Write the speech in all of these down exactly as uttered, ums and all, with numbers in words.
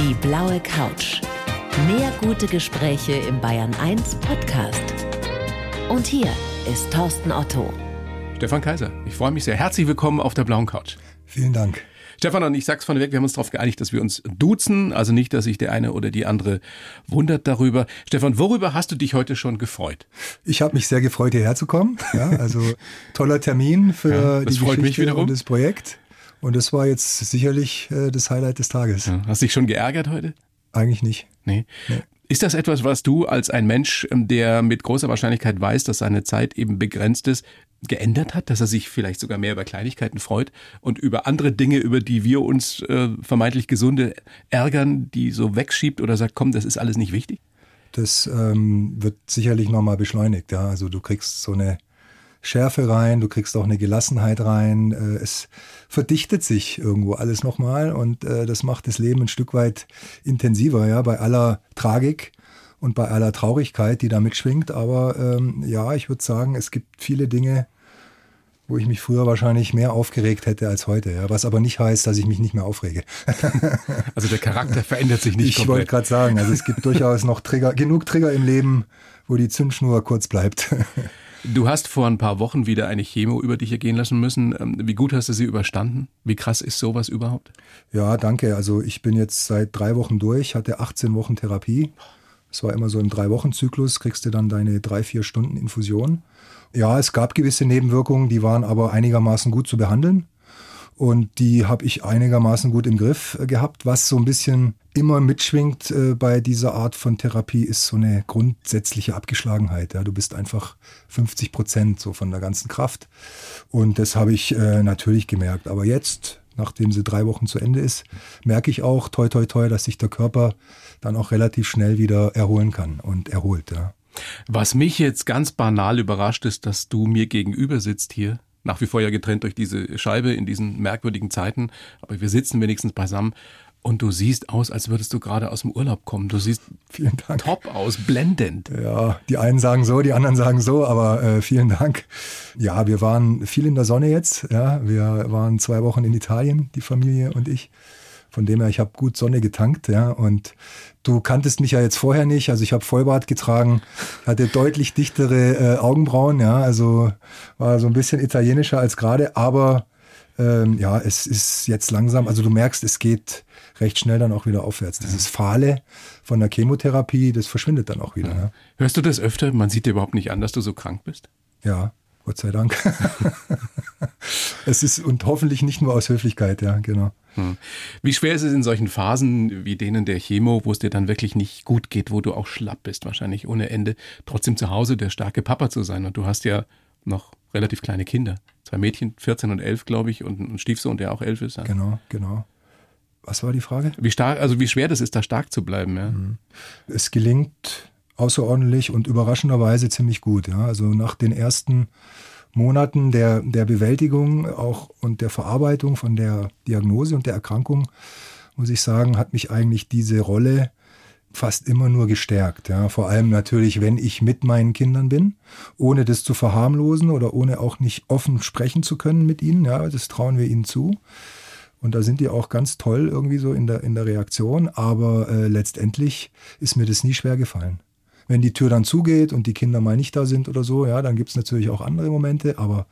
Die blaue Couch. Mehr gute Gespräche im Bayern eins Podcast. Und hier ist Thorsten Otto. Stefan Kaiser, ich freue mich sehr. Herzlich willkommen auf der blauen Couch. Vielen Dank. Stefan, und ich sag's vorneweg, wir haben uns darauf geeinigt, dass wir uns duzen. Also nicht, dass sich der eine oder die andere wundert darüber. Stefan, worüber hast du dich heute schon gefreut? Ich habe mich sehr gefreut, hierher zu kommen. Ja, also toller Termin für ja, das die freut Geschichte mich wiederum. Und das Projekt. Und das war jetzt sicherlich äh, das Highlight des Tages. Ja, hast du dich schon geärgert heute? Eigentlich nicht. Nee. nee. Ist das etwas, was du als ein Mensch, der mit großer Wahrscheinlichkeit weiß, dass seine Zeit eben begrenzt ist, geändert hat, dass er sich vielleicht sogar mehr über Kleinigkeiten freut und über andere Dinge, über die wir uns äh, vermeintlich gesunde ärgern, die so wegschiebt oder sagt, komm, das ist alles nicht wichtig? Das ähm, wird sicherlich nochmal beschleunigt. Ja, also du kriegst so eine Schärfe rein, du kriegst auch eine Gelassenheit rein. Äh, es verdichtet sich irgendwo alles nochmal und äh, das macht das Leben ein Stück weit intensiver, ja, bei aller Tragik und bei aller Traurigkeit, die da mitschwingt. Aber ähm, ja, ich würde sagen, es gibt viele Dinge, wo ich mich früher wahrscheinlich mehr aufgeregt hätte als heute. Ja, was aber nicht heißt, dass ich mich nicht mehr aufrege. Also der Charakter verändert sich nicht ich komplett. Ich wollte gerade sagen, also es gibt durchaus noch Trigger, genug Trigger im Leben, wo die Zündschnur kurz bleibt. Du hast vor ein paar Wochen wieder eine Chemo über dich ergehen lassen müssen. Wie gut hast du sie überstanden? Wie krass ist sowas überhaupt? Ja, danke. Also ich bin jetzt seit drei Wochen durch, hatte achtzehn Wochen Therapie. Es war immer so im Drei-Wochen-Zyklus, kriegst du dann deine drei, vier Stunden Infusion. Ja, es gab gewisse Nebenwirkungen, die waren aber einigermaßen gut zu behandeln. Und die habe ich einigermaßen gut im Griff gehabt. Was so ein bisschen immer mitschwingt äh, bei dieser Art von Therapie, ist so eine grundsätzliche Abgeschlagenheit. Ja, du bist einfach fünfzig Prozent so von der ganzen Kraft. Und das habe ich äh, natürlich gemerkt. Aber jetzt, nachdem sie drei Wochen zu Ende ist, merke ich auch, toi toi toi, dass sich der Körper dann auch relativ schnell wieder erholen kann und erholt. Ja. Was mich jetzt ganz banal überrascht ist, dass du mir gegenüber sitzt hier. Nach wie vor ja getrennt durch diese Scheibe in diesen merkwürdigen Zeiten. Aber wir sitzen wenigstens beisammen. Und du siehst aus, als würdest du gerade aus dem Urlaub kommen. Du siehst vielen Dank. Top aus, blendend. Ja, die einen sagen so, die anderen sagen so, aber äh, vielen Dank. Ja, wir waren viel in der Sonne jetzt. Ja, wir waren zwei Wochen in Italien, die Familie und ich. Von dem her, ich habe gut Sonne getankt, ja, und du kanntest mich ja jetzt vorher nicht, also ich habe Vollbart getragen, hatte deutlich dichtere äh, Augenbrauen, ja, also war so ein bisschen italienischer als gerade, aber ähm, ja, es ist jetzt langsam, also du merkst, es geht recht schnell dann auch wieder aufwärts. Dieses Fahle von der Chemotherapie, das verschwindet dann auch wieder. Ja. Ja. Hörst du das öfter? Man sieht dir überhaupt nicht an, dass du so krank bist? Ja, Gott sei Dank. Es ist, und hoffentlich nicht nur aus Höflichkeit, ja, genau. Hm. Wie schwer ist es in solchen Phasen wie denen der Chemo, wo es dir dann wirklich nicht gut geht, wo du auch schlapp bist, wahrscheinlich ohne Ende, trotzdem zu Hause der starke Papa zu sein? Und du hast ja noch relativ kleine Kinder. Zwei Mädchen, vierzehn und elf, glaube ich, und ein Stiefsohn, der auch elf ist. Ja. Genau, genau. Was war die Frage? Wie stark, also wie schwer das ist, da stark zu bleiben, ja. Es gelingt außerordentlich und überraschenderweise ziemlich gut, ja. Also nach den ersten Monaten der, der Bewältigung auch und der Verarbeitung von der Diagnose und der Erkrankung, muss ich sagen, hat mich eigentlich diese Rolle fast immer nur gestärkt. Ja. Vor allem natürlich, wenn ich mit meinen Kindern bin, ohne das zu verharmlosen oder ohne auch nicht offen sprechen zu können mit ihnen. Ja, das trauen wir ihnen zu. Und da sind die auch ganz toll irgendwie so in der, in der Reaktion. Aber äh, letztendlich ist mir das nie schwer gefallen. Wenn die Tür dann zugeht und die Kinder mal nicht da sind oder so, ja, dann gibt es natürlich auch andere Momente, aber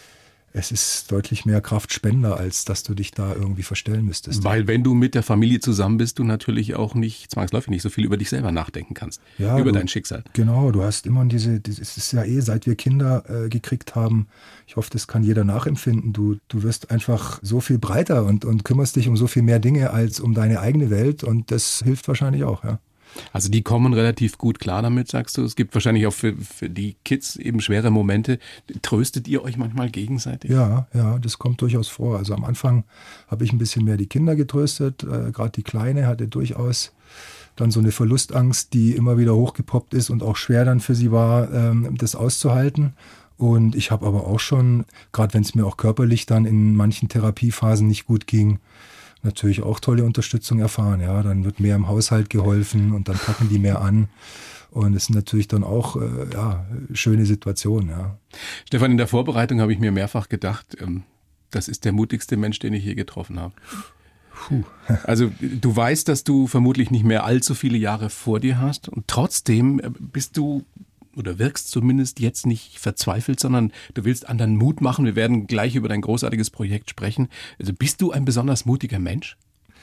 es ist deutlich mehr Kraftspender, als dass du dich da irgendwie verstellen müsstest. Weil wenn du mit der Familie zusammen bist, du natürlich auch nicht, zwangsläufig nicht so viel über dich selber nachdenken kannst, ja, über du, dein Schicksal. Genau, du hast immer diese, das ist ja eh, seit wir Kinder äh, gekriegt haben, ich hoffe, das kann jeder nachempfinden, du, du wirst einfach so viel breiter und, und kümmerst dich um so viel mehr Dinge als um deine eigene Welt und das hilft wahrscheinlich auch, ja. Also die kommen relativ gut klar damit, sagst du. Es gibt wahrscheinlich auch für, für die Kids eben schwere Momente. Tröstet ihr euch manchmal gegenseitig? Ja, ja, das kommt durchaus vor. Also am Anfang habe ich ein bisschen mehr die Kinder getröstet. Äh, Gerade die Kleine hatte durchaus dann so eine Verlustangst, die immer wieder hochgepoppt ist und auch schwer dann für sie war, ähm, das auszuhalten. Und ich habe aber auch schon, gerade wenn es mir auch körperlich dann in manchen Therapiephasen nicht gut ging, natürlich auch tolle Unterstützung erfahren. Ja, dann wird mehr im Haushalt geholfen und dann packen die mehr an. Und es sind natürlich dann auch äh, ja, schöne Situationen. Ja. Stefan, in der Vorbereitung habe ich mir mehrfach gedacht, ähm, das ist der mutigste Mensch, den ich je getroffen habe. Puh. Also du weißt, dass du vermutlich nicht mehr allzu viele Jahre vor dir hast und trotzdem bist du oder wirkst zumindest jetzt nicht verzweifelt, sondern du willst anderen Mut machen. Wir werden gleich über dein großartiges Projekt sprechen. Also bist du ein besonders mutiger Mensch?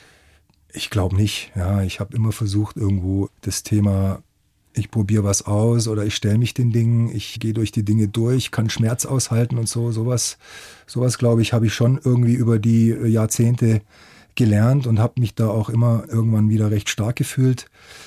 Ich glaube nicht. Ja, ich habe immer versucht, irgendwo das Thema, ich probiere was aus oder ich stelle mich den Dingen, ich gehe durch die Dinge durch, kann Schmerz aushalten und so. Sowas, sowas glaube ich, habe ich schon irgendwie über die Jahrzehnte gelernt und habe mich da auch immer irgendwann wieder recht stark gefühlt.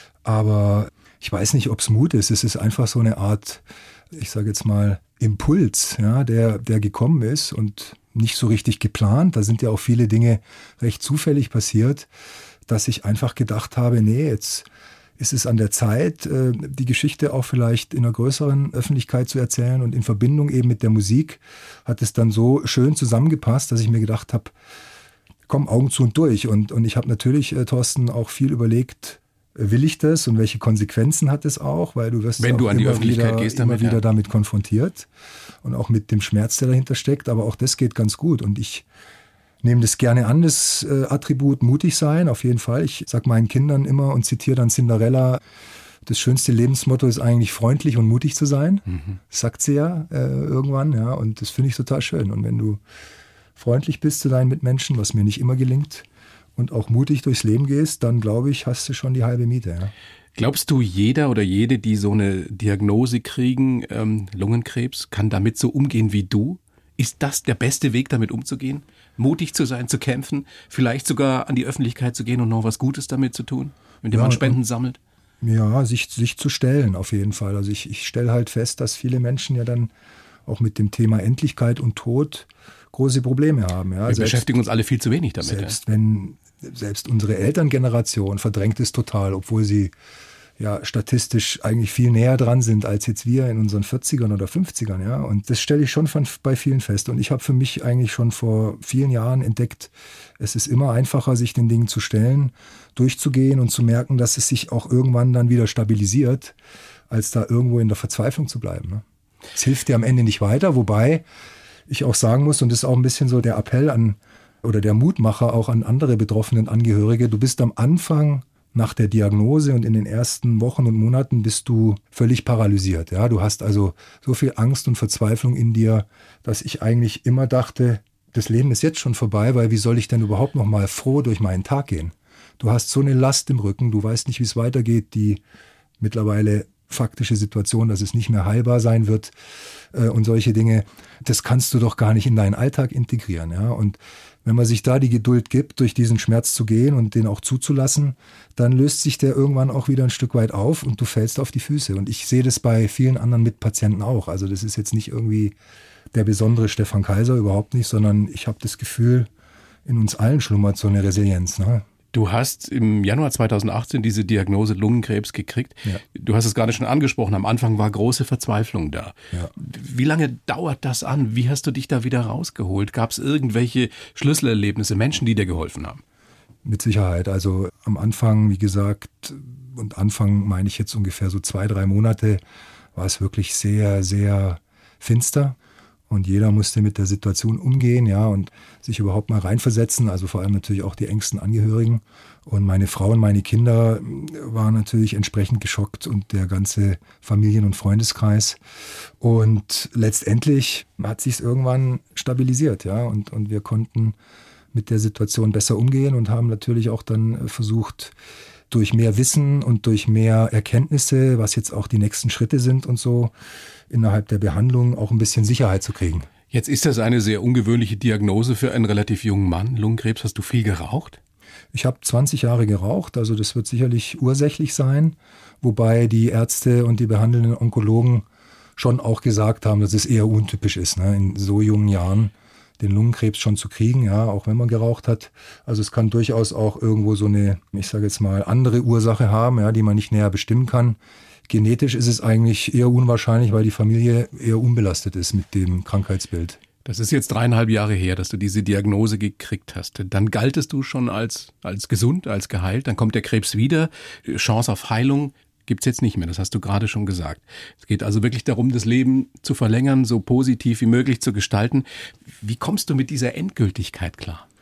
Aber ich weiß nicht, ob es Mut ist. Es ist einfach so eine Art, ich sage jetzt mal, Impuls, ja, der, der gekommen ist und nicht so richtig geplant. Da sind ja auch viele Dinge recht zufällig passiert, dass ich einfach gedacht habe, nee, jetzt ist es an der Zeit, die Geschichte auch vielleicht in einer größeren Öffentlichkeit zu erzählen. Und in Verbindung eben mit der Musik hat es dann so schön zusammengepasst, dass ich mir gedacht habe, komm, Augen zu und durch. Und, und ich habe natürlich, äh, Thorsten, auch viel überlegt, will ich das und welche Konsequenzen hat es auch, weil du wirst Wenn ja du an die Öffentlichkeit wieder, gehst damit, immer wieder ja. damit konfrontiert und auch mit dem Schmerz, der dahinter steckt. Aber auch das geht ganz gut und ich nehme das gerne an, das äh, Attribut mutig sein, auf jeden Fall. Ich sage meinen Kindern immer und zitiere dann Cinderella, das schönste Lebensmotto ist eigentlich freundlich und mutig zu sein. Mhm. Das sagt sie ja äh, irgendwann, ja, und das finde ich total schön. Und wenn du freundlich bist zu deinen Mitmenschen, was mir nicht immer gelingt, und auch mutig durchs Leben gehst, dann glaube ich, hast du schon die halbe Miete. Ja. Glaubst du, jeder oder jede, die so eine Diagnose kriegen, ähm, Lungenkrebs, kann damit so umgehen wie du? Ist das der beste Weg, damit umzugehen? Mutig zu sein, zu kämpfen, vielleicht sogar an die Öffentlichkeit zu gehen und noch was Gutes damit zu tun, indem ja, man Spenden sammelt? Ja, sich, sich zu stellen auf jeden Fall. Also ich, ich stelle halt fest, dass viele Menschen ja dann auch mit dem Thema Endlichkeit und Tod große Probleme haben. Ja. Wir selbst, beschäftigen uns alle viel zu wenig damit. Selbst ja. wenn, selbst unsere Elterngeneration verdrängt es total, obwohl sie ja statistisch eigentlich viel näher dran sind als jetzt wir in unseren vierzigern oder fünfzigern. Ja. Und das stelle ich schon von, bei vielen fest. Und ich habe für mich eigentlich schon vor vielen Jahren entdeckt, es ist immer einfacher, sich den Dingen zu stellen, durchzugehen und zu merken, dass es sich auch irgendwann dann wieder stabilisiert, als da irgendwo in der Verzweiflung zu bleiben. Ne. Es hilft dir am Ende nicht weiter, wobei ich auch sagen muss, und das ist auch ein bisschen so der Appell an oder der Mutmacher auch an andere betroffenen Angehörige, du bist am Anfang nach der Diagnose und in den ersten Wochen und Monaten bist du völlig paralysiert. Ja? Du hast also so viel Angst und Verzweiflung in dir, dass ich eigentlich immer dachte, das Leben ist jetzt schon vorbei, weil wie soll ich denn überhaupt noch mal froh durch meinen Tag gehen? Du hast so eine Last im Rücken, du weißt nicht, wie es weitergeht, die mittlerweile faktische Situation, dass es nicht mehr heilbar sein wird äh, und solche Dinge, das kannst du doch gar nicht in deinen Alltag integrieren. Ja? Und wenn man sich da die Geduld gibt, durch diesen Schmerz zu gehen und den auch zuzulassen, dann löst sich der irgendwann auch wieder ein Stück weit auf und du fällst auf die Füße. Und ich sehe das bei vielen anderen Mitpatienten auch. Also das ist jetzt nicht irgendwie der besondere Stefan Kaiser, überhaupt nicht, sondern ich habe das Gefühl, in uns allen schlummert so eine Resilienz. Ne? Du hast im Januar zweitausendachtzehn diese Diagnose Lungenkrebs gekriegt. Ja. Du hast es gerade schon angesprochen, am Anfang war große Verzweiflung da. Ja. Wie lange dauert das an? Wie hast du dich da wieder rausgeholt? Gab es irgendwelche Schlüsselerlebnisse, Menschen, die dir geholfen haben? Mit Sicherheit. Also am Anfang, wie gesagt, und Anfang meine ich jetzt ungefähr so zwei, drei Monate, war es wirklich sehr, sehr finster. Und jeder musste mit der Situation umgehen, ja, und sich überhaupt mal reinversetzen, also vor allem natürlich auch die engsten Angehörigen. Und meine Frau und meine Kinder waren natürlich entsprechend geschockt und der ganze Familien- und Freundeskreis. Und letztendlich hat sich es irgendwann stabilisiert, ja, und, und wir konnten mit der Situation besser umgehen und haben natürlich auch dann versucht, durch mehr Wissen und durch mehr Erkenntnisse, was jetzt auch die nächsten Schritte sind und so, innerhalb der Behandlung auch ein bisschen Sicherheit zu kriegen. Jetzt ist das eine sehr ungewöhnliche Diagnose für einen relativ jungen Mann. Lungenkrebs, hast du viel geraucht? Ich habe zwanzig Jahre geraucht, also das wird sicherlich ursächlich sein, wobei die Ärzte und die behandelnden Onkologen schon auch gesagt haben, dass es eher untypisch ist, ne, in so jungen Jahren den Lungenkrebs schon zu kriegen, ja, auch wenn man geraucht hat. Also es kann durchaus auch irgendwo so eine, ich sage jetzt mal, andere Ursache haben, ja, die man nicht näher bestimmen kann. Genetisch ist es eigentlich eher unwahrscheinlich, weil die Familie eher unbelastet ist mit dem Krankheitsbild. Das ist jetzt dreieinhalb Jahre her, dass du diese Diagnose gekriegt hast. Dann galtest du schon als, als gesund, als geheilt. Dann kommt der Krebs wieder. Chance auf Heilung gibt's jetzt nicht mehr. Das hast du gerade schon gesagt. Es geht also wirklich darum, das Leben zu verlängern, so positiv wie möglich zu gestalten. Wie kommst du mit dieser Endgültigkeit klar?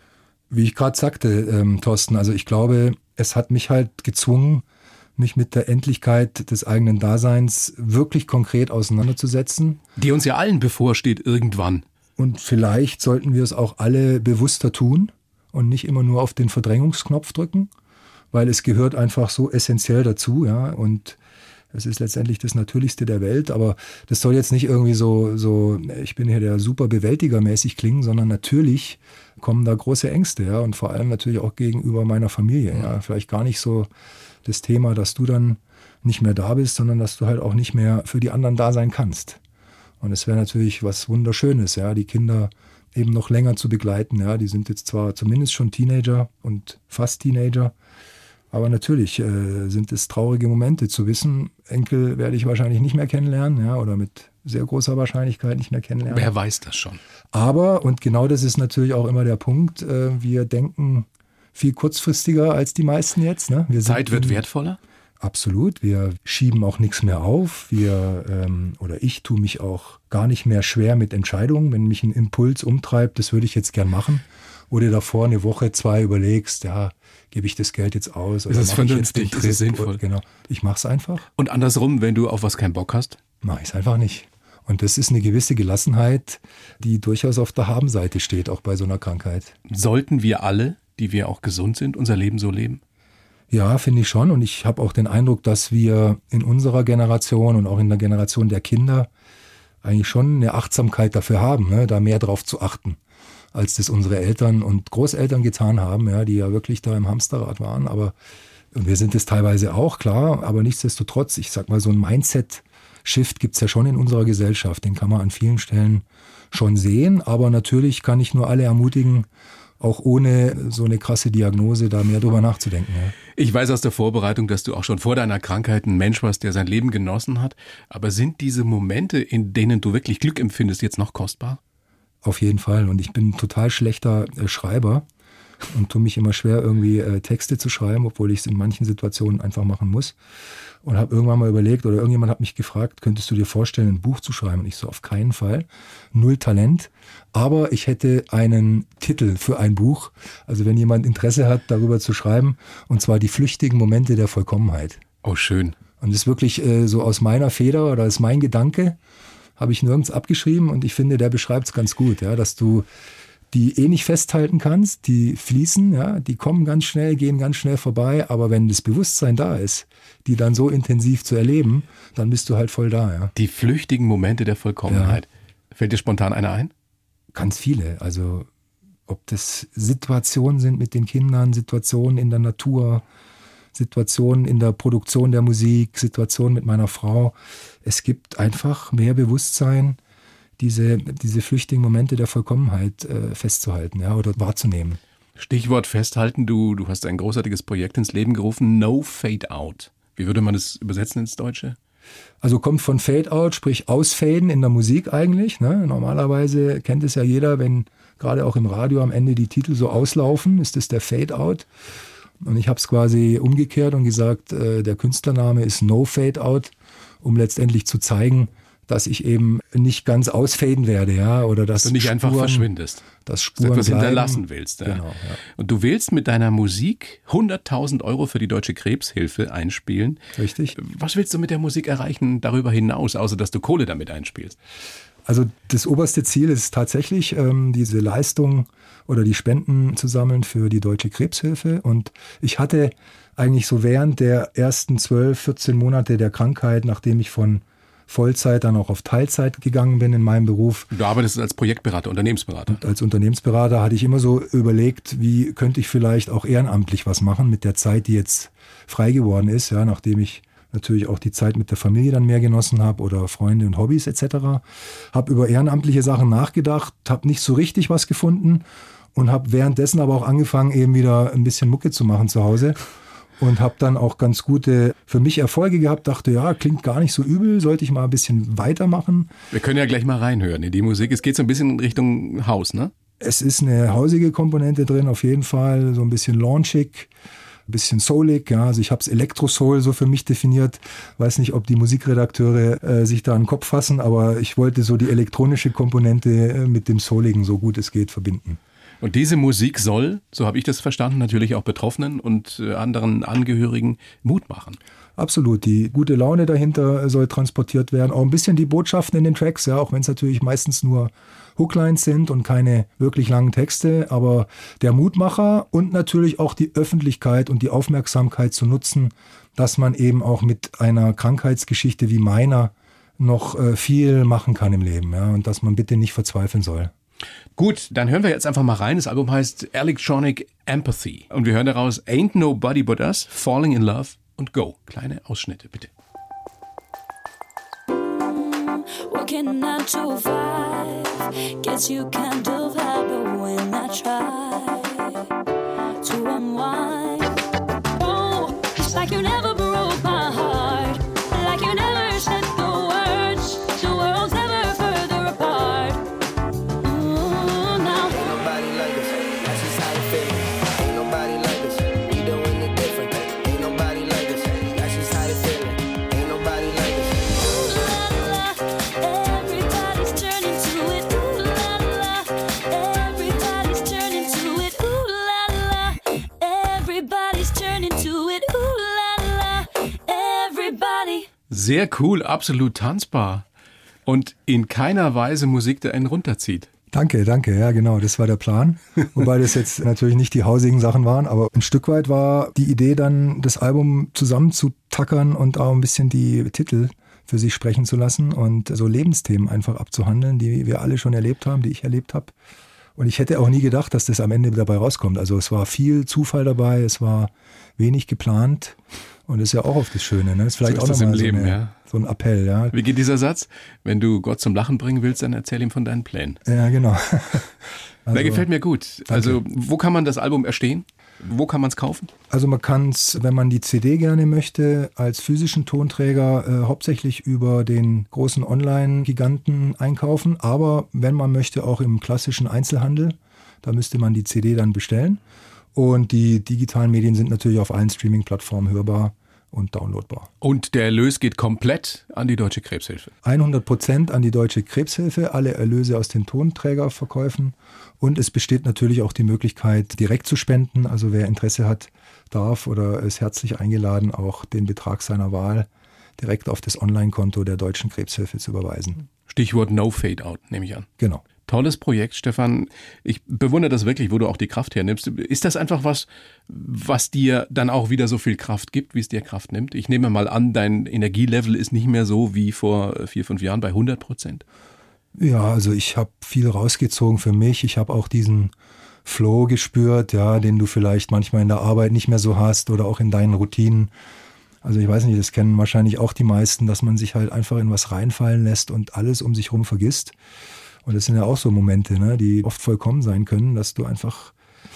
Wie ich gerade sagte, ähm, Thorsten, also ich glaube, es hat mich halt gezwungen, mich mit der Endlichkeit des eigenen Daseins wirklich konkret auseinanderzusetzen. Die uns ja allen bevorsteht irgendwann. Und vielleicht sollten wir es auch alle bewusster tun und nicht immer nur auf den Verdrängungsknopf drücken, weil es gehört einfach so essentiell dazu, ja, und es ist letztendlich das Natürlichste der Welt, aber das soll jetzt nicht irgendwie so, so ich bin hier der super Bewältiger mäßig klingen, sondern natürlich kommen da große Ängste, ja, und vor allem natürlich auch gegenüber meiner Familie, ja, vielleicht gar nicht so das Thema, dass du dann nicht mehr da bist, sondern dass du halt auch nicht mehr für die anderen da sein kannst. Und es wäre natürlich was Wunderschönes, ja, die Kinder eben noch länger zu begleiten, ja, die sind jetzt zwar zumindest schon Teenager und fast Teenager, aber natürlich äh, sind es traurige Momente zu wissen, Enkel werde ich wahrscheinlich nicht mehr kennenlernen, ja, oder mit sehr großer Wahrscheinlichkeit nicht mehr kennenlernen. Wer weiß das schon. Aber, und genau das ist natürlich auch immer der Punkt, äh, wir denken viel kurzfristiger als die meisten jetzt. Ne? Wir Zeit wird in, wertvoller? Absolut. Wir schieben auch nichts mehr auf. Wir, ähm, oder ich tue mich auch gar nicht mehr schwer mit Entscheidungen. Wenn mich ein Impuls umtreibt, das würde ich jetzt gern machen. Oder davor eine Woche, zwei überlegst, ja, gebe ich das Geld jetzt aus? Oder ist es vernünftig? Ist es sinnvoll? Oder, genau. Ich mache es einfach. Und andersrum, wenn du auf was keinen Bock hast? Mache ich es einfach nicht. Und das ist eine gewisse Gelassenheit, die durchaus auf der Habenseite steht, auch bei so einer Krankheit. Sollten wir alle, die wir auch gesund sind, unser Leben so leben? Ja, finde ich schon. Und ich habe auch den Eindruck, dass wir in unserer Generation und auch in der Generation der Kinder eigentlich schon eine Achtsamkeit dafür haben, ne, da mehr drauf zu achten, als das unsere Eltern und Großeltern getan haben, ja, die ja wirklich da im Hamsterrad waren. Aber wir sind es teilweise auch, klar. Aber nichtsdestotrotz, ich sag mal, so ein Mindset-Shift gibt's ja schon in unserer Gesellschaft. Den kann man an vielen Stellen schon sehen. Aber natürlich kann ich nur alle ermutigen, auch ohne so eine krasse Diagnose da mehr drüber nachzudenken. Ja. Ich weiß aus der Vorbereitung, dass du auch schon vor deiner Krankheit ein Mensch warst, der sein Leben genossen hat. Aber sind diese Momente, in denen du wirklich Glück empfindest, jetzt noch kostbar? Auf jeden Fall. Und ich bin ein total schlechter äh, Schreiber und tue mich immer schwer, irgendwie äh, Texte zu schreiben, obwohl ich es in manchen Situationen einfach machen muss. Und habe irgendwann mal überlegt, oder irgendjemand hat mich gefragt, könntest du dir vorstellen, ein Buch zu schreiben? Und ich so, auf keinen Fall. Null Talent. Aber ich hätte einen Titel für ein Buch. Also wenn jemand Interesse hat, darüber zu schreiben. Und zwar die flüchtigen Momente der Vollkommenheit. Oh, schön. Und das ist wirklich äh, so aus meiner Feder oder ist mein Gedanke. Habe ich nirgends abgeschrieben. Und ich finde, der beschreibt es ganz gut, ja, dass du die eh nicht festhalten kannst, die fließen, ja, die kommen ganz schnell, gehen ganz schnell vorbei, aber wenn das Bewusstsein da ist, die dann so intensiv zu erleben, dann bist du halt voll da, ja. Die flüchtigen Momente der Vollkommenheit. Ja. Fällt dir spontan einer ein? Ganz viele, also ob das Situationen sind mit den Kindern, Situationen in der Natur, Situationen in der Produktion der Musik, Situationen mit meiner Frau. Es gibt einfach mehr Bewusstsein, diese, diese flüchtigen Momente der Vollkommenheit äh, festzuhalten, ja, oder wahrzunehmen. Stichwort festhalten, du, du hast ein großartiges Projekt ins Leben gerufen, No Fade Out. Wie würde man das übersetzen ins Deutsche? Also kommt von Fade Out, sprich Ausfaden in der Musik eigentlich. Ne? Normalerweise kennt es ja jeder, wenn gerade auch im Radio am Ende die Titel so auslaufen, ist das der Fade Out. Und ich habe es quasi umgekehrt und gesagt, äh, der Künstlername ist No Fade Out, um letztendlich zu zeigen, dass ich eben nicht ganz ausfaden werde, ja, oder dass du nicht Spuren, einfach verschwindest, dass Spuren dass du etwas bleiben. hinterlassen willst. Ja. Genau, ja. Und du willst mit deiner Musik hunderttausend Euro für die Deutsche Krebshilfe einspielen. Richtig. Was willst du mit der Musik erreichen darüber hinaus, außer dass du Kohle damit einspielst? Also das oberste Ziel ist tatsächlich, ähm, diese Leistung oder die Spenden zu sammeln für die Deutsche Krebshilfe. Und ich hatte eigentlich so während der ersten zwölf, vierzehn Monate der Krankheit, nachdem ich von Vollzeit dann auch auf Teilzeit gegangen bin in meinem Beruf. Du arbeitest als Projektberater, Unternehmensberater. Und als Unternehmensberater hatte ich immer so überlegt, wie könnte ich vielleicht auch ehrenamtlich was machen mit der Zeit, die jetzt frei geworden ist, ja, nachdem ich natürlich auch die Zeit mit der Familie dann mehr genossen habe oder Freunde und Hobbys et cetera. Habe über ehrenamtliche Sachen nachgedacht, habe nicht so richtig was gefunden und habe währenddessen aber auch angefangen, eben wieder ein bisschen Mucke zu machen zu Hause. Und habe dann auch ganz gute, für mich Erfolge gehabt, dachte, ja, klingt gar nicht so übel, sollte ich mal ein bisschen weitermachen. Wir können ja gleich mal reinhören in die Musik. Es geht so ein bisschen in Richtung Haus, ne? Es ist eine hausige Komponente drin, auf jeden Fall, so ein bisschen launchig, ein bisschen soulig, ja, also ich habe es Elektro-Soul so für mich definiert, weiß nicht, ob die Musikredakteure äh, sich da an den Kopf fassen, aber ich wollte so die elektronische Komponente äh, mit dem Souligen so gut es geht verbinden. Und diese Musik soll, so habe ich das verstanden, natürlich auch Betroffenen und anderen Angehörigen Mut machen. Absolut, die gute Laune dahinter soll transportiert werden. Auch ein bisschen die Botschaften in den Tracks, ja, auch wenn es natürlich meistens nur Hooklines sind und keine wirklich langen Texte. Aber der Mutmacher und natürlich auch die Öffentlichkeit und die Aufmerksamkeit zu nutzen, dass man eben auch mit einer Krankheitsgeschichte wie meiner noch äh, viel machen kann im Leben, ja, und dass man bitte nicht verzweifeln soll. Gut, dann hören wir jetzt einfach mal rein. Das Album heißt Electronic Empathy. Und wir hören daraus Ain't Nobody But Us, Falling in Love und Go. Kleine Ausschnitte, bitte. Working nine to five, guess you kind of have, but when I try to unwind, oh, it's like you never broke my heart, like you never said the words, the world's never further apart. Ooh, now ain't nobody like us, that's just how it feels. Ain't nobody like us, we doing it different. Ain't nobody like us, that's just how it feels. Ain't nobody like us. Ooh la la, everybody's turning to it. Ooh la la, everybody's turning to it. Ooh la la, everybody's turning to it. Ooh la la, everybody. Sehr cool, absolut tanzbar. Und in keiner Weise Musik, die einen runterzieht. Danke, danke, ja genau, das war der Plan. Wobei das jetzt natürlich nicht die hausigen Sachen waren, aber ein Stück weit war die Idee dann, das Album zusammenzutackern und auch ein bisschen die Titel für sich sprechen zu lassen und so Lebensthemen einfach abzuhandeln, die wir alle schon erlebt haben, die ich erlebt habe. Und ich hätte auch nie gedacht, dass das am Ende dabei rauskommt. Also es war viel Zufall dabei, es war wenig geplant. Und das ist ja auch oft das Schöne, ne? Das ist vielleicht So auch ist nochmal das im so, Leben, eine, ja. so ein Appell, ja. Wie geht dieser Satz? Wenn du Gott zum Lachen bringen willst, dann erzähl ihm von deinen Plänen. Ja, genau. Also, Der gefällt mir gut. Also, wo kann man das Album erstehen? Wo kann man es kaufen? Also man kann es, wenn man die C D gerne möchte, als physischen Tonträger äh, hauptsächlich über den großen Online-Giganten einkaufen. Aber wenn man möchte, auch im klassischen Einzelhandel. Da müsste man die C D dann bestellen. Und die digitalen Medien sind natürlich auf allen Streaming-Plattformen hörbar und downloadbar. Und der Erlös geht komplett an die Deutsche Krebshilfe. hundert Prozent an die Deutsche Krebshilfe, alle Erlöse aus den Tonträgerverkäufen. Und es besteht natürlich auch die Möglichkeit, direkt zu spenden. Also wer Interesse hat, darf oder ist herzlich eingeladen, auch den Betrag seiner Wahl direkt auf das Online-Konto der Deutschen Krebshilfe zu überweisen. Stichwort No Fade Out, nehme ich an. Genau. Tolles Projekt, Stefan. Ich bewundere das wirklich, wo du auch die Kraft hernimmst. Ist das einfach was, was dir dann auch wieder so viel Kraft gibt, wie es dir Kraft nimmt? Ich nehme mal an, dein Energielevel ist nicht mehr so wie vor vier, fünf Jahren bei hundert Prozent. Ja, also ich habe viel rausgezogen für mich. Ich habe auch diesen Flow gespürt, ja, den du vielleicht manchmal in der Arbeit nicht mehr so hast oder auch in deinen Routinen. Also ich weiß nicht, das kennen wahrscheinlich auch die meisten, dass man sich halt einfach in was reinfallen lässt und alles um sich herum vergisst. Und das sind ja auch so Momente, ne, die oft vollkommen sein können, dass du einfach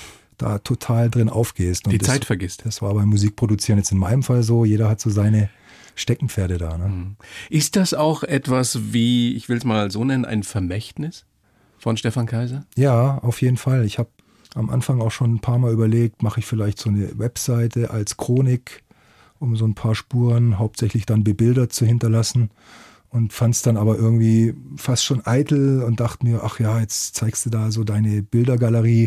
da total drin aufgehst. Und die das, Zeit vergisst. Das war beim Musikproduzieren jetzt in meinem Fall so. Jeder hat so seine Steckenpferde da. Ne? Ist das auch etwas wie, ich will es mal so nennen, ein Vermächtnis von Stefan Kaiser? Ja, auf jeden Fall. Ich habe am Anfang auch schon ein paar Mal überlegt, mache ich vielleicht so eine Webseite als Chronik, um so ein paar Spuren hauptsächlich dann bebildert zu hinterlassen. Und fand es dann aber irgendwie fast schon eitel und dachte mir, ach ja, jetzt zeigst du da so deine Bildergalerie.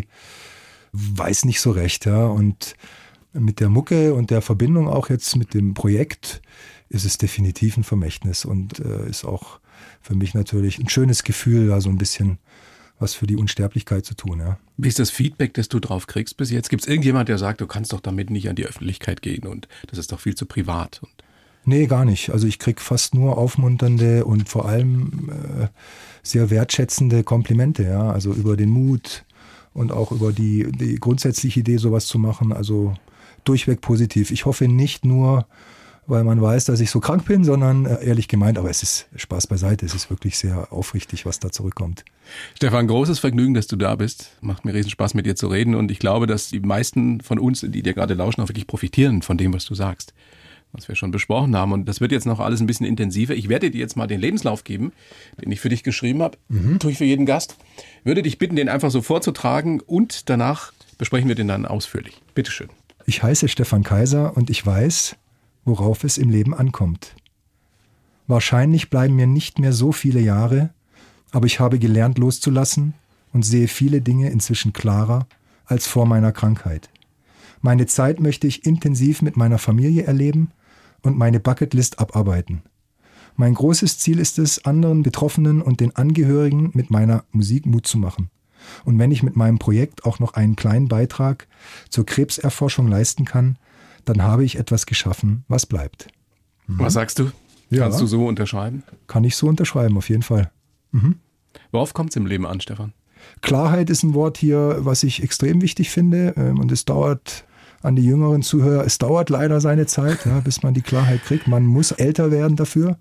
Weiß nicht so recht, ja. Und mit der Mucke und der Verbindung auch jetzt mit dem Projekt ist es definitiv ein Vermächtnis und äh, ist auch für mich natürlich ein schönes Gefühl, da so ein bisschen was für die Unsterblichkeit zu tun, ja. Wie ist das Feedback, das du drauf kriegst bis jetzt? Gibt es irgendjemand, der sagt, du kannst doch damit nicht an die Öffentlichkeit gehen und das ist doch viel zu privat? Und Nee, gar nicht. Also ich kriege fast nur aufmunternde und vor allem äh, sehr wertschätzende Komplimente, ja. Also über den Mut und auch über die, die grundsätzliche Idee, sowas zu machen. Also durchweg positiv. Ich hoffe nicht nur, weil man weiß, dass ich so krank bin, sondern äh, ehrlich gemeint, aber es ist Spaß beiseite. Es ist wirklich sehr aufrichtig, was da zurückkommt. Stefan, großes Vergnügen, dass du da bist. Macht mir riesen Spaß, mit dir zu reden und ich glaube, dass die meisten von uns, die dir gerade lauschen, auch wirklich profitieren von dem, was du sagst. Was wir schon besprochen haben. Und das wird jetzt noch alles ein bisschen intensiver. Ich werde dir jetzt mal den Lebenslauf geben, den ich für dich geschrieben habe. Mhm. Tue ich für jeden Gast. Würde dich bitten, den einfach so vorzutragen und danach besprechen wir den dann ausführlich. Bitteschön. Ich heiße Stefan Kaiser und ich weiß, worauf es im Leben ankommt. Wahrscheinlich bleiben mir nicht mehr so viele Jahre, aber ich habe gelernt loszulassen und sehe viele Dinge inzwischen klarer als vor meiner Krankheit. Meine Zeit möchte ich intensiv mit meiner Familie erleben und meine Bucketlist abarbeiten. Mein großes Ziel ist es, anderen Betroffenen und den Angehörigen mit meiner Musik Mut zu machen. Und wenn ich mit meinem Projekt auch noch einen kleinen Beitrag zur Krebserforschung leisten kann, dann habe ich etwas geschaffen, was bleibt. Mhm. Was sagst du? Ja. Kannst du so unterschreiben? Kann ich so unterschreiben, auf jeden Fall. Mhm. Worauf kommt es im Leben an, Stefan? Klarheit ist ein Wort hier, was ich extrem wichtig finde. Und es dauert an die jüngeren Zuhörer, es dauert leider seine Zeit, ja, bis man die Klarheit kriegt. Man muss älter werden dafür.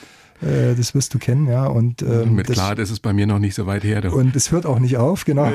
Das wirst du kennen, ja. Und, ähm, Mit Klarheit ist es bei mir noch nicht so weit her. Doch. Und es hört auch nicht auf, genau.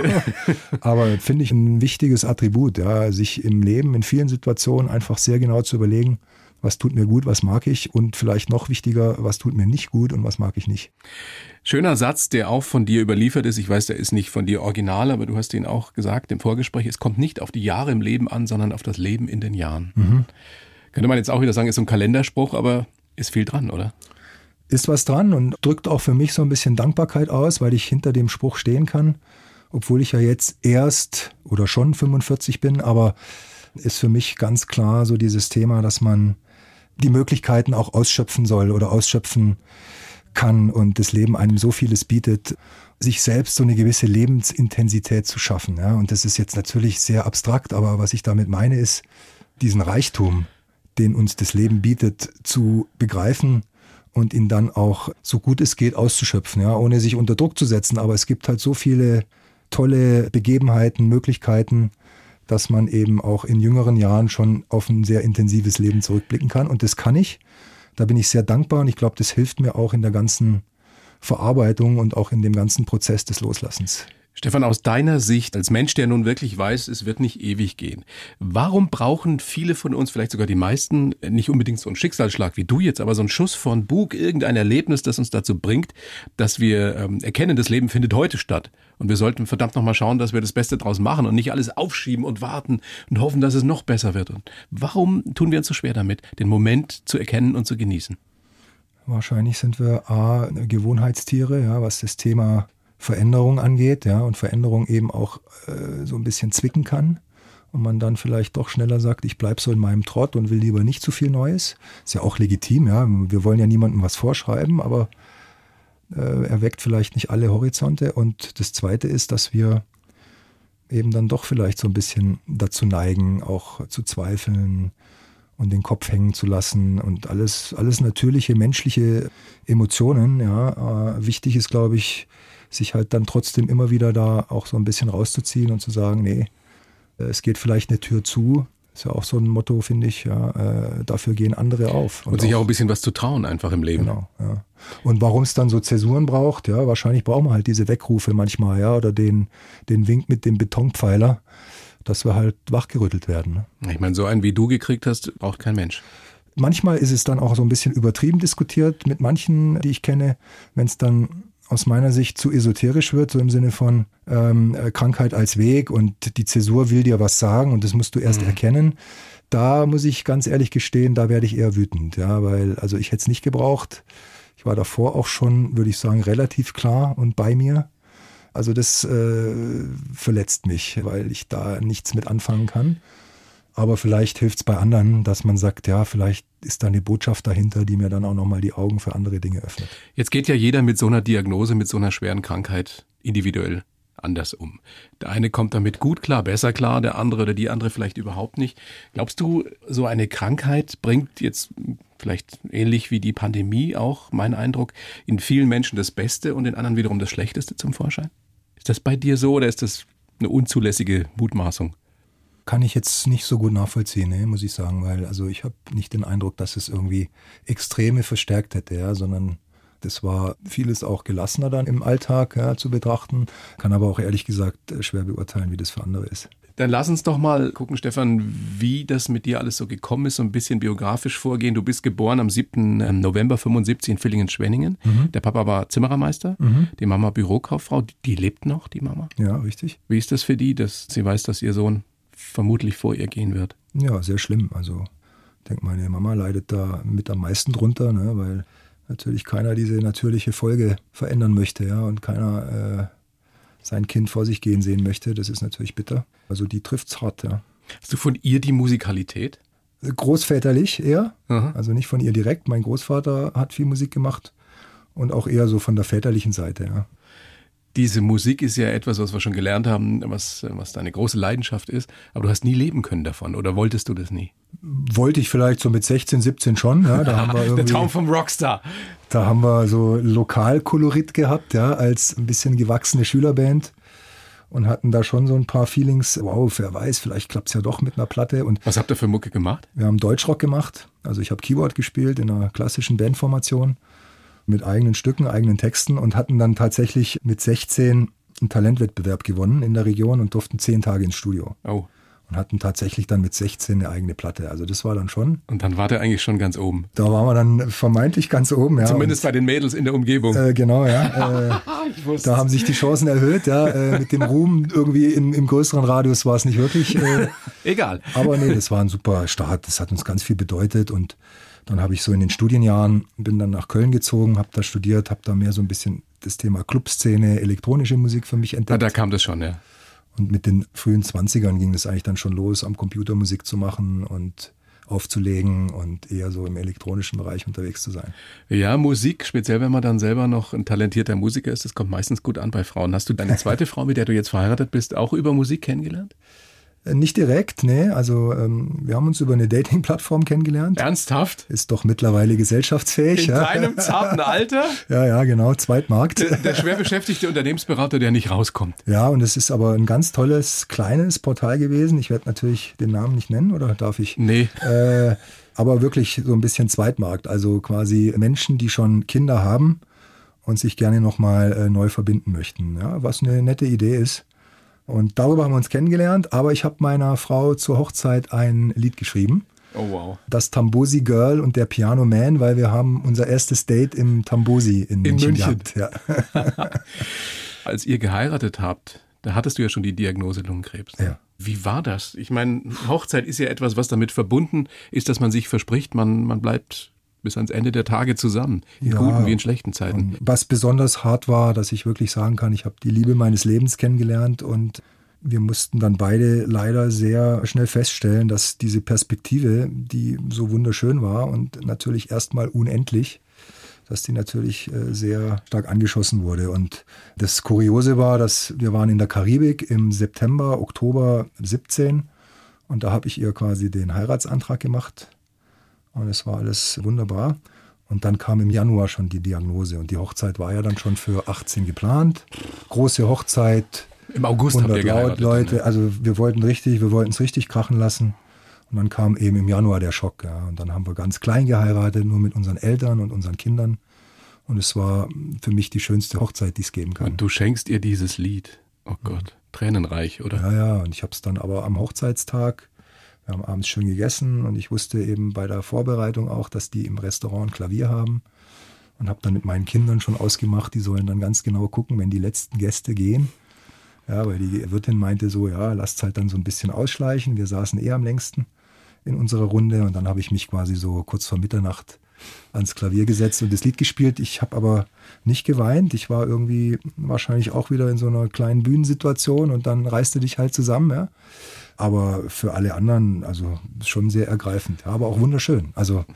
Aber finde ich ein wichtiges Attribut, ja, sich im Leben in vielen Situationen einfach sehr genau zu überlegen, was tut mir gut, was mag ich und vielleicht noch wichtiger, was tut mir nicht gut und was mag ich nicht. Schöner Satz, der auch von dir überliefert ist. Ich weiß, der ist nicht von dir original, aber du hast ihn auch gesagt im Vorgespräch. Es kommt nicht auf die Jahre im Leben an, sondern auf das Leben in den Jahren. Mhm. Könnte man jetzt auch wieder sagen, ist so ein Kalenderspruch, aber ist viel dran, oder? Ist was dran und drückt auch für mich so ein bisschen Dankbarkeit aus, weil ich hinter dem Spruch stehen kann, obwohl ich ja jetzt erst oder schon fünfundvierzig bin, aber ist für mich ganz klar so dieses Thema, dass man die Möglichkeiten auch ausschöpfen soll oder ausschöpfen kann und das Leben einem so vieles bietet, sich selbst so eine gewisse Lebensintensität zu schaffen. Ja. Und das ist jetzt natürlich sehr abstrakt, aber was ich damit meine ist, diesen Reichtum, den uns das Leben bietet, zu begreifen und ihn dann auch so gut es geht auszuschöpfen, ja, ohne sich unter Druck zu setzen. Aber es gibt halt so viele tolle Begebenheiten, Möglichkeiten, dass man eben auch in jüngeren Jahren schon auf ein sehr intensives Leben zurückblicken kann. Und das kann ich. Da bin ich sehr dankbar und ich glaube, das hilft mir auch in der ganzen Verarbeitung und auch in dem ganzen Prozess des Loslassens. Stefan, aus deiner Sicht, als Mensch, der nun wirklich weiß, es wird nicht ewig gehen, warum brauchen viele von uns, vielleicht sogar die meisten, nicht unbedingt so einen Schicksalsschlag wie du jetzt, aber so einen Schuss von Bug, irgendein Erlebnis, das uns dazu bringt, dass wir ähm, erkennen, das Leben findet heute statt. Und wir sollten verdammt nochmal schauen, dass wir das Beste draus machen und nicht alles aufschieben und warten und hoffen, dass es noch besser wird. Und warum tun wir uns so schwer damit, den Moment zu erkennen und zu genießen? Wahrscheinlich sind wir A, Gewohnheitstiere, ja, was das Thema Veränderung angeht, ja, und Veränderung eben auch äh, so ein bisschen zwicken kann und man dann vielleicht doch schneller sagt, ich bleib so in meinem Trott und will lieber nicht zu viel Neues. Ist ja auch legitim, ja, wir wollen ja niemandem was vorschreiben, aber äh, erweckt vielleicht nicht alle Horizonte. Und das Zweite ist, dass wir eben dann doch vielleicht so ein bisschen dazu neigen, auch zu zweifeln und den Kopf hängen zu lassen und alles, alles natürliche menschliche Emotionen, ja. Äh, wichtig ist, glaube ich, sich halt dann trotzdem immer wieder da auch so ein bisschen rauszuziehen und zu sagen, nee, es geht vielleicht eine Tür zu. Ist ja auch so ein Motto, finde ich, ja, äh, dafür gehen andere auf. Und, und sich auch ein bisschen was zu trauen einfach im Leben. Genau, ja. Und warum es dann so Zäsuren braucht, ja, wahrscheinlich brauchen wir halt diese Weckrufe manchmal, ja, oder den, den Wink mit dem Betonpfeiler, dass wir halt wachgerüttelt werden. Ne? Ich meine, so einen wie du gekriegt hast, braucht kein Mensch. Manchmal ist es dann auch so ein bisschen übertrieben diskutiert mit manchen, die ich kenne, wenn es dann aus meiner Sicht zu esoterisch wird, so im Sinne von ähm, Krankheit als Weg und die Zäsur will dir was sagen und das musst du erst mhm. erkennen. Da muss ich ganz ehrlich gestehen, da werde ich eher wütend, ja, weil also ich hätte es nicht gebraucht. Ich war davor auch schon, würde ich sagen, relativ klar und bei mir. Also das äh, verletzt mich, weil ich da nichts mit anfangen kann. Aber vielleicht hilft es bei anderen, dass man sagt, ja, vielleicht ist da eine Botschaft dahinter, die mir dann auch nochmal die Augen für andere Dinge öffnet. Jetzt geht ja jeder mit so einer Diagnose, mit so einer schweren Krankheit individuell anders um. Der eine kommt damit gut klar, besser klar, der andere oder die andere vielleicht überhaupt nicht. Glaubst du, so eine Krankheit bringt jetzt vielleicht ähnlich wie die Pandemie auch, mein Eindruck, in vielen Menschen das Beste und in anderen wiederum das Schlechteste zum Vorschein? Ist das bei dir so oder ist das eine unzulässige Mutmaßung? Kann ich jetzt nicht so gut nachvollziehen, ne, muss ich sagen, weil also ich habe nicht den Eindruck, dass es irgendwie Extreme verstärkt hätte, ja, sondern das war vieles auch gelassener dann im Alltag, ja, zu betrachten. Kann aber auch ehrlich gesagt schwer beurteilen, wie das für andere ist. Dann lass uns doch mal gucken, Stefan, wie das mit dir alles so gekommen ist, so ein bisschen biografisch vorgehen. Du bist geboren am siebten November fünfundsiebzig in Villingen-Schwenningen. Mhm. Der Papa war Zimmerermeister, mhm. die Mama Bürokauffrau. Die, die lebt noch, die Mama? Ja, richtig. Wie ist das für die, dass sie weiß, dass ihr Sohn vermutlich vor ihr gehen wird? Ja, sehr schlimm. Also ich denke, meine Mama leidet da mit am meisten drunter, ne, weil natürlich keiner diese natürliche Folge verändern möchte, ja, und keiner sein Kind vor sich gehen sehen möchte. Das ist natürlich bitter. Also die trifft's hart, ja. Hast du von ihr die Musikalität? Großväterlich eher, Aha. also nicht von ihr direkt. Mein Großvater hat viel Musik gemacht und auch eher so von der väterlichen Seite, ja. Diese Musik ist ja etwas, was wir schon gelernt haben, was, was deine große Leidenschaft ist. Aber du hast nie leben können davon, oder wolltest du das nie? Wollte ich vielleicht so mit sechzehn, siebzehn schon. Ja, da haben wir irgendwie, der Traum vom Rockstar. Da haben wir so Lokalkolorit gehabt, ja, als ein bisschen gewachsene Schülerband. Und hatten da schon so ein paar Feelings, wow, wer weiß, vielleicht klappt es ja doch mit einer Platte. Und was habt ihr für Mucke gemacht? Wir haben Deutschrock gemacht. Also ich habe Keyboard gespielt in einer klassischen Bandformation mit eigenen Stücken, eigenen Texten und hatten dann tatsächlich mit sechzehn einen Talentwettbewerb gewonnen in der Region und durften zehn Tage ins Studio. Oh. Und hatten tatsächlich dann mit sechzehn eine eigene Platte. Also das war dann schon. Und dann war der eigentlich schon ganz oben. Da waren wir dann vermeintlich ganz oben, ja. Zumindest und, bei den Mädels in der Umgebung. Äh, genau, ja. Äh, da haben sich die Chancen erhöht, ja. Äh, mit dem Ruhm irgendwie im, im größeren Radius war es nicht wirklich. Äh, Egal. Aber nee, das war ein super Start. Das hat uns ganz viel bedeutet. Und dann habe ich so in den Studienjahren, bin dann nach Köln gezogen, habe da studiert, habe da mehr so ein bisschen das Thema Clubszene, elektronische Musik für mich entdeckt. Ah, da kam das schon, ja. Und mit den frühen zwanzigern ging das eigentlich dann schon los, am Computer Musik zu machen und aufzulegen und eher so im elektronischen Bereich unterwegs zu sein. Ja, Musik, speziell wenn man dann selber noch ein talentierter Musiker ist, das kommt meistens gut an bei Frauen. Hast du deine zweite Frau, mit der du jetzt verheiratet bist, auch über Musik kennengelernt? Nicht direkt, nee. Also ähm, wir haben uns über eine Dating-Plattform kennengelernt. Ernsthaft? Ist doch mittlerweile gesellschaftsfähig. In ja. deinem zarten Alter? Ja, ja, genau. Zweitmarkt. Der, der schwer beschäftigte Unternehmensberater, der nicht rauskommt. Ja, und es ist aber ein ganz tolles, kleines Portal gewesen. Ich werde natürlich den Namen nicht nennen, oder darf ich? Nee. Äh, aber wirklich so ein bisschen Zweitmarkt. Also quasi Menschen, die schon Kinder haben und sich gerne nochmal äh, neu verbinden möchten. Ja, was eine nette Idee ist. Und darüber haben wir uns kennengelernt, aber ich habe meiner Frau zur Hochzeit ein Lied geschrieben. Oh wow. Das Tambosi Girl und der Piano Man, weil wir haben unser erstes Date im Tambosi in, in München, München gehabt. Ja. Als ihr geheiratet habt, da hattest du ja schon die Diagnose Lungenkrebs. Ne? Ja. Wie war das? Ich meine, Hochzeit ist ja etwas, was damit verbunden ist, dass man sich verspricht, man, man bleibt bis ans Ende der Tage zusammen, in ja, guten wie in schlechten Zeiten. Und was besonders hart war, dass ich wirklich sagen kann, ich habe die Liebe meines Lebens kennengelernt und wir mussten dann beide leider sehr schnell feststellen, dass diese Perspektive, die so wunderschön war und natürlich erstmal unendlich, dass die natürlich sehr stark angeschossen wurde. Und das Kuriose war, dass wir waren in der Karibik im September, Oktober siebzehn und da habe ich ihr quasi den Heiratsantrag gemacht. Und es war alles wunderbar. Und dann kam im Januar schon die Diagnose. Und die Hochzeit war ja dann schon für achtzehn geplant. Große Hochzeit. Im August habt ihr geheiratet. Leute. Dann, ja. Also wir wollten richtig, wir wollten es richtig krachen lassen. Und dann kam eben im Januar der Schock. Ja. Und dann haben wir ganz klein geheiratet, nur mit unseren Eltern und unseren Kindern. Und es war für mich die schönste Hochzeit, die es geben kann. Und du schenkst ihr dieses Lied. Oh Gott, mhm. Tränenreich, oder? Ja, ja. Und ich habe es dann aber am Hochzeitstag... Wir haben abends schön gegessen und ich wusste eben bei der Vorbereitung auch, dass die im Restaurant ein Klavier haben und habe dann mit meinen Kindern schon ausgemacht, die sollen dann ganz genau gucken, wenn die letzten Gäste gehen. Ja, weil die Wirtin meinte so, ja, lasst halt dann so ein bisschen ausschleichen. Wir saßen eher am längsten in unserer Runde und dann habe ich mich quasi so kurz vor Mitternacht ans Klavier gesetzt und das Lied gespielt. Ich habe aber nicht geweint. Ich war irgendwie wahrscheinlich auch wieder in so einer kleinen Bühnensituation und dann reißte dich halt zusammen, ja. Aber für alle anderen, also schon sehr ergreifend, ja, aber auch wunderschön. Also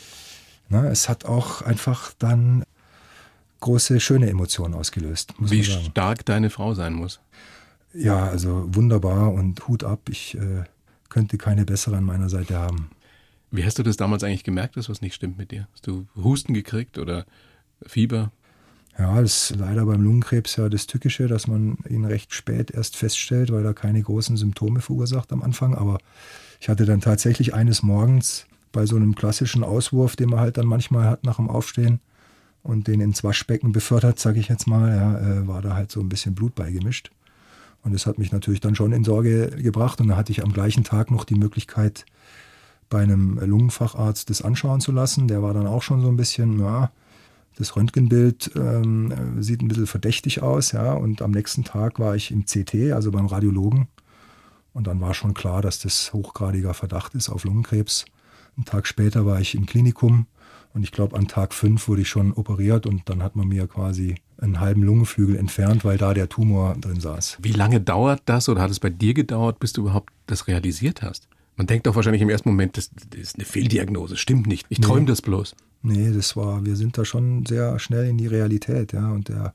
ne, es hat auch einfach dann große, schöne Emotionen ausgelöst. Muss Wie man sagen. Stark deine Frau sein muss. Ja, also wunderbar und Hut ab. Ich äh, könnte keine bessere an meiner Seite haben. Wie hast du das damals eigentlich gemerkt, dass was nicht stimmt mit dir? Hast du Husten gekriegt oder Fieber? Ja, das ist leider beim Lungenkrebs ja das Tückische, dass man ihn recht spät erst feststellt, weil er keine großen Symptome verursacht am Anfang. Aber ich hatte dann tatsächlich eines Morgens bei so einem klassischen Auswurf, den man halt dann manchmal hat nach dem Aufstehen und den ins Waschbecken befördert, sage ich jetzt mal, ja, war da halt so ein bisschen Blut beigemischt. Und das hat mich natürlich dann schon in Sorge gebracht. Und da hatte ich am gleichen Tag noch die Möglichkeit, bei einem Lungenfacharzt das anschauen zu lassen. Der war dann auch schon so ein bisschen, ja, das Röntgenbild ähm, sieht ein bisschen verdächtig aus, ja. Und am nächsten Tag war ich im C T, also beim Radiologen. Und dann war schon klar, dass das hochgradiger Verdacht ist auf Lungenkrebs. Einen Tag später war ich im Klinikum Und ich glaube, an Tag fünf wurde ich schon operiert und dann hat man mir quasi einen halben Lungenflügel entfernt, weil da der Tumor drin saß. Wie lange dauert das oder hat es bei dir gedauert, bis du überhaupt das realisiert hast? Man denkt doch wahrscheinlich im ersten Moment, das, das ist eine Fehldiagnose, stimmt nicht. Ich träume nee. das bloß. Nee, das war, wir sind da schon sehr schnell in die Realität. Ja. Und der,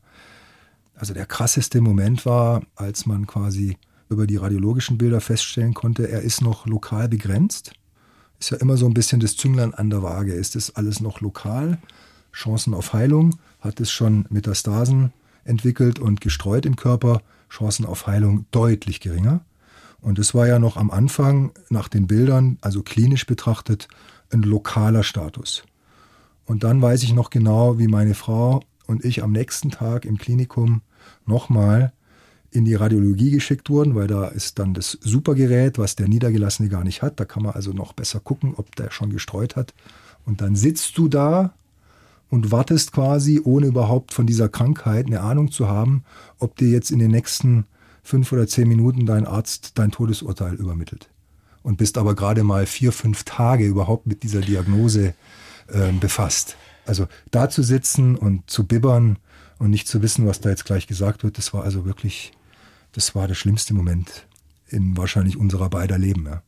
also der krasseste Moment war, als man quasi über die radiologischen Bilder feststellen konnte, er ist noch lokal begrenzt. Ist ja immer so ein bisschen das Zünglein an der Waage. Ist das alles noch lokal? Chancen auf Heilung? Hat es schon Metastasen entwickelt und gestreut im Körper? Chancen auf Heilung deutlich geringer. Und es war ja noch am Anfang nach den Bildern, also klinisch betrachtet, ein lokaler Status. Und dann weiß ich noch genau, wie meine Frau und ich am nächsten Tag im Klinikum nochmal in die Radiologie geschickt wurden, weil da ist dann das Supergerät, was der Niedergelassene gar nicht hat. Da kann man also noch besser gucken, ob der schon gestreut hat. Und dann sitzt du da und wartest quasi, ohne überhaupt von dieser Krankheit eine Ahnung zu haben, ob dir jetzt in den nächsten fünf oder zehn Minuten dein Arzt dein Todesurteil übermittelt. Und bist aber gerade mal vier, fünf Tage überhaupt mit dieser Diagnose äh, befasst. Also da zu sitzen und zu bibbern und nicht zu wissen, was da jetzt gleich gesagt wird, das war also wirklich, das war der schlimmste Moment in wahrscheinlich unserer beider Leben. Ja.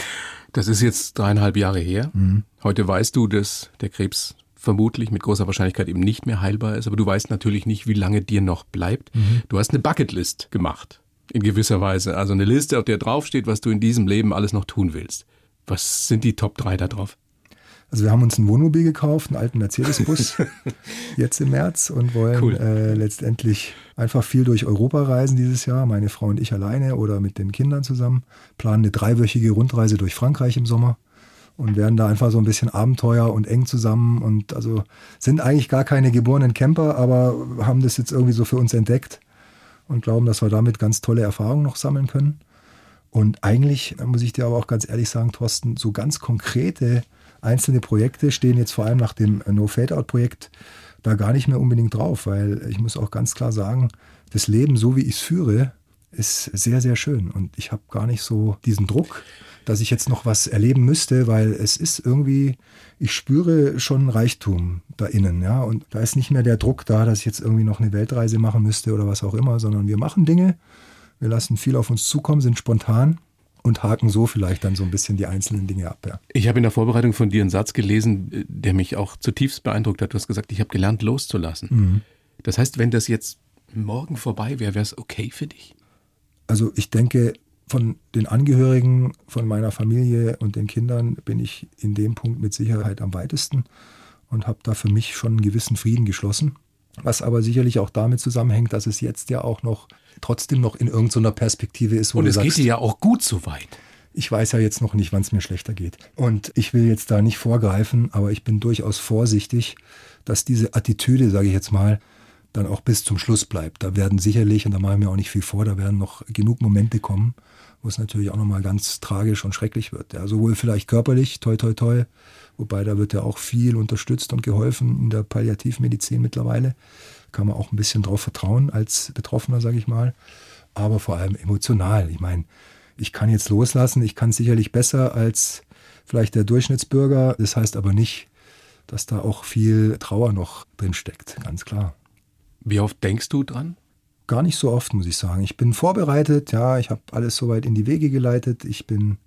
Das ist jetzt dreieinhalb Jahre her. Mhm. Heute weißt du, dass der Krebs vermutlich mit großer Wahrscheinlichkeit eben nicht mehr heilbar ist, aber du weißt natürlich nicht, wie lange dir noch bleibt. Mhm. Du hast eine Bucketlist gemacht, in gewisser Weise. Also eine Liste, auf der draufsteht, was du in diesem Leben alles noch tun willst. Was sind die Top drei da drauf? Also wir haben uns ein Wohnmobil gekauft, einen alten Mercedes-Bus, jetzt im März und wollen cool. äh, letztendlich einfach viel durch Europa reisen dieses Jahr. Meine Frau und ich alleine oder mit den Kindern zusammen. Planen eine dreiwöchige Rundreise durch Frankreich im Sommer und werden da einfach so ein bisschen Abenteuer und eng zusammen. Und also sind eigentlich gar keine geborenen Camper, aber haben das jetzt irgendwie so für uns entdeckt und glauben, dass wir damit ganz tolle Erfahrungen noch sammeln können. Und eigentlich, muss ich dir aber auch ganz ehrlich sagen, Thorsten, so ganz konkrete einzelne Projekte stehen jetzt vor allem nach dem No-Fade-Out-Projekt da gar nicht mehr unbedingt drauf, weil ich muss auch ganz klar sagen, das Leben, so wie ich es führe, ist sehr, sehr schön. Und ich habe gar nicht so diesen Druck, dass ich jetzt noch was erleben müsste, weil es ist irgendwie, ich spüre schon Reichtum da innen. Ja? Und da ist nicht mehr der Druck da, dass ich jetzt irgendwie noch eine Weltreise machen müsste oder was auch immer, sondern wir machen Dinge, wir lassen viel auf uns zukommen, sind spontan. Und haken so vielleicht dann so ein bisschen die einzelnen Dinge ab. Ja. Ich habe in der Vorbereitung von dir einen Satz gelesen, der mich auch zutiefst beeindruckt hat. Du hast gesagt, ich habe gelernt loszulassen. Mhm. Das heißt, wenn das jetzt morgen vorbei wäre, wäre es okay für dich? Also ich denke, von den Angehörigen, von meiner Familie und den Kindern bin ich in dem Punkt mit Sicherheit am weitesten und habe da für mich schon einen gewissen Frieden geschlossen. Was aber sicherlich auch damit zusammenhängt, dass es jetzt ja auch noch trotzdem noch in irgendeiner Perspektive ist, wo und du es sagst, geht dir ja auch gut so weit. Ich weiß ja jetzt noch nicht, wann es mir schlechter geht. Und ich will jetzt da nicht vorgreifen, aber ich bin durchaus vorsichtig, dass diese Attitüde, sage ich jetzt mal, dann auch bis zum Schluss bleibt. Da werden sicherlich, und da mache ich mir auch nicht viel vor, da werden noch genug Momente kommen, wo es natürlich auch nochmal ganz tragisch und schrecklich wird. Ja, sowohl vielleicht körperlich, toi toi toi, wobei da wird ja auch viel unterstützt und geholfen in der Palliativmedizin mittlerweile. Kann man auch ein bisschen drauf vertrauen als Betroffener, sage ich mal. Aber vor allem emotional. Ich meine, ich kann jetzt loslassen, ich kann sicherlich besser als vielleicht der Durchschnittsbürger. Das heißt aber nicht, dass da auch viel Trauer noch drin steckt, ganz klar. Wie oft denkst du dran? Gar nicht so oft, muss ich sagen. Ich bin vorbereitet, ja, ich habe alles soweit in die Wege geleitet. Ich bin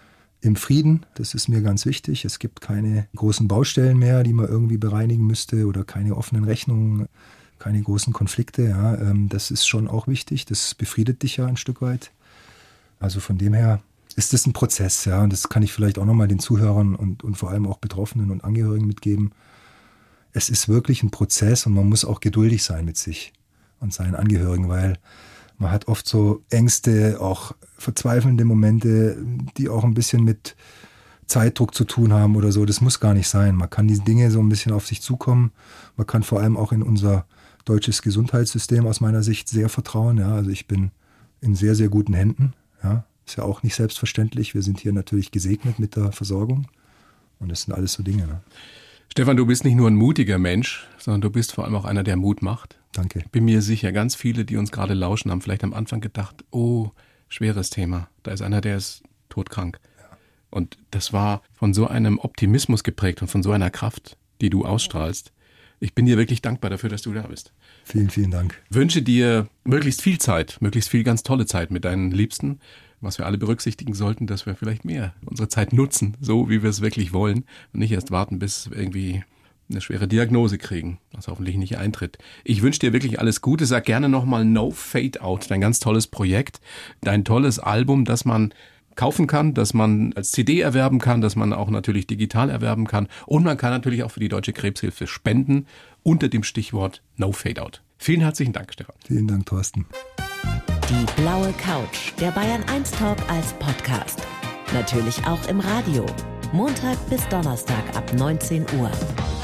im Frieden, das ist mir ganz wichtig. Es gibt keine großen Baustellen mehr, die man irgendwie bereinigen müsste oder keine offenen Rechnungen, keine großen Konflikte. Ja, das ist schon auch wichtig, das befriedet dich ja ein Stück weit. Also von dem her ist das ein Prozess, ja, und das kann ich vielleicht auch nochmal den Zuhörern und, und vor allem auch Betroffenen und Angehörigen mitgeben. Es ist wirklich ein Prozess und man muss auch geduldig sein mit sich und seinen Angehörigen, weil man hat oft so Ängste, auch verzweifelnde Momente, die auch ein bisschen mit Zeitdruck zu tun haben oder so. Das muss gar nicht sein. Man kann diese Dinge so ein bisschen auf sich zukommen. Man kann vor allem auch in unser deutsches Gesundheitssystem aus meiner Sicht sehr vertrauen. Ja, also ich bin in sehr, sehr guten Händen. Ja, ist ja auch nicht selbstverständlich. Wir sind hier natürlich gesegnet mit der Versorgung. Und das sind alles so Dinge. Ne? Stefan, du bist nicht nur ein mutiger Mensch, sondern du bist vor allem auch einer, der Mut macht. Danke. Bin mir sicher, ganz viele, die uns gerade lauschen, haben vielleicht am Anfang gedacht, oh, schweres Thema. Da ist einer, der ist todkrank. Ja. Und das war von so einem Optimismus geprägt und von so einer Kraft. die du ausstrahlst. Ich bin dir wirklich dankbar dafür, dass du da bist. Vielen, vielen Dank. Wünsche dir möglichst viel Zeit, möglichst viel ganz tolle Zeit mit deinen Liebsten, was wir alle berücksichtigen sollten, dass wir vielleicht mehr unsere Zeit nutzen, so wie wir es wirklich wollen und nicht erst warten, bis irgendwie eine schwere Diagnose kriegen, was hoffentlich nicht eintritt. Ich wünsche dir wirklich alles Gute. Sag gerne nochmal No Fade Out, dein ganz tolles Projekt, dein tolles Album, das man kaufen kann, dass man als C D erwerben kann, dass man auch natürlich digital erwerben kann und man kann natürlich auch für die Deutsche Krebshilfe spenden unter dem Stichwort No Fade Out. Vielen herzlichen Dank, Stefan. Vielen Dank, Thorsten. Die blaue Couch, der Bayern eins Talk als Podcast. Natürlich auch im Radio. Montag bis Donnerstag ab neunzehn Uhr.